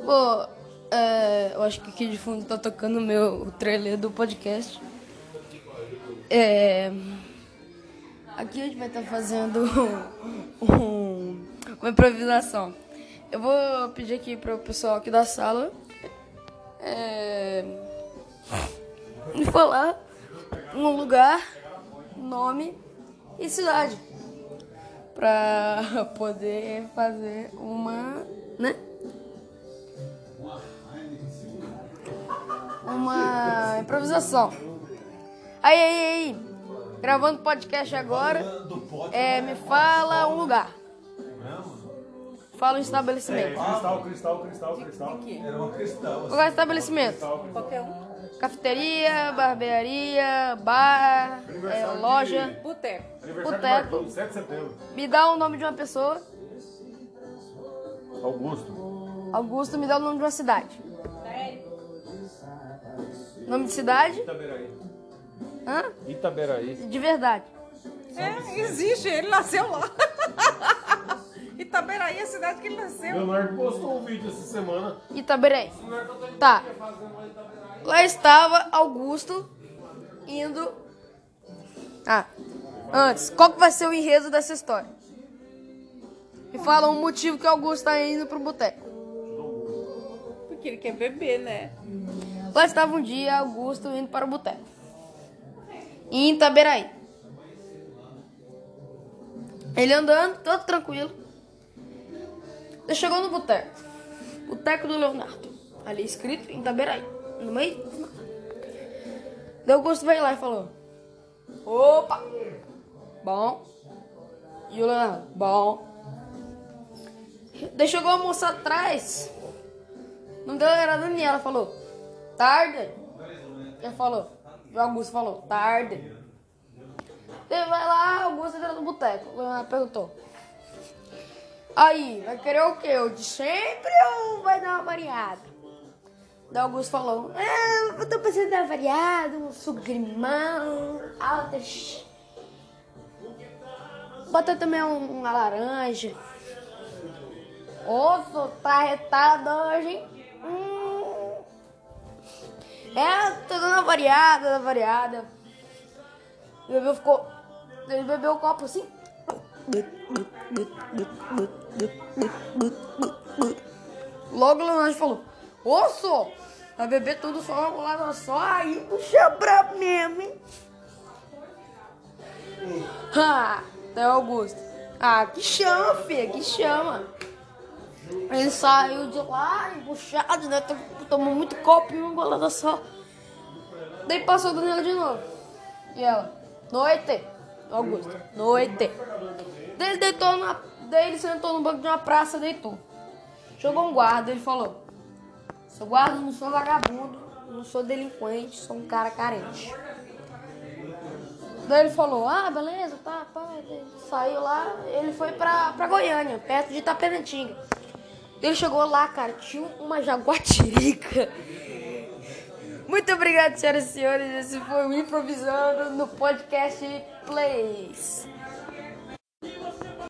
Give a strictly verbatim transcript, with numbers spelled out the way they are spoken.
Pô, é, eu acho que aqui de fundo tá tocando o meu trailer do podcast. É, aqui a gente vai estar fazendo um, uma improvisação. Eu vou pedir aqui para o pessoal aqui da sala é, me falar um lugar, nome e cidade para poder fazer uma, né? Uma improvisação. Aí, aí, aí, gravando podcast agora, é, me fala um lugar. Fala um estabelecimento. Cristal, cristal, cristal, cristal. Era um cristal. Qual é o estabelecimento? Qualquer um. Cafeteria, barbearia, bar, é, loja, Boteco. Aniversário Boteco. de Marquinhos, sete de setembro. Me dá o nome de uma pessoa. Augusto. Augusto, me dá o nome de uma cidade. Nome de cidade? Itaberaí. Hã? Itaberaí. De verdade. É, existe, ele nasceu lá. Itaberaí é a cidade que ele nasceu. Leonardo postou um vídeo essa semana. Itaberaí. Tá. Lá estava Augusto indo... Ah, antes, qual que vai ser o enredo dessa história? Me fala um motivo que Augusto está indo pro boteco. Porque ele quer beber, né? Lá estava um dia Augusto indo para o boteco. Em Itaberaí. Ele andando, todo tranquilo. Ele chegou no boteco. Boteco do Leonardo. Ali escrito em Itaberaí. No meio. Daí Augusto veio lá e falou: opa! Bom. E o Leonardo: bom. Daí chegou a moça atrás. O nome dela era Daniela. Falou: tarde. Ele falou. O Augusto falou: tarde. Ele vai lá, Augusto entra no boteco. O Leonardo perguntou: aí, vai querer o quê? O de sempre ou vai dar uma variada? Daí Augusto falou: é, eu tô pensando em dar uma variada, um suco de limão, altas. Bota também um, uma laranja. Osso, tá retado hoje, hein? Hum. É, tô dando uma variada, uma variada. Ele bebeu, ficou... Ele bebeu o copo assim. Logo o Leonardo falou: osso, vai beber tudo só uma bolada só, aí puxa brabo mesmo, hein? Ah, daí Augusto: ah, que chama, filha, que chama. Ele saiu de lá, embuchado, né? Tomou muito copo e uma bolada só. Daí passou a Daniela de novo. E ela: noite. Augusto: noite. Daí ele deitou na... Daí ele sentou no banco de uma praça, deitou. Chegou um guarda, ele falou: seu guarda, não sou vagabundo, não sou delinquente, sou um cara carente. Daí ele falou: ah, beleza, tá, pá. Ele saiu lá, ele foi pra, pra Goiânia, perto de Itaperantinga. Ele chegou lá, cara, tinha uma jaguatirica. Muito obrigado, senhoras e senhores. Esse foi o Improvisando no podcast Plays.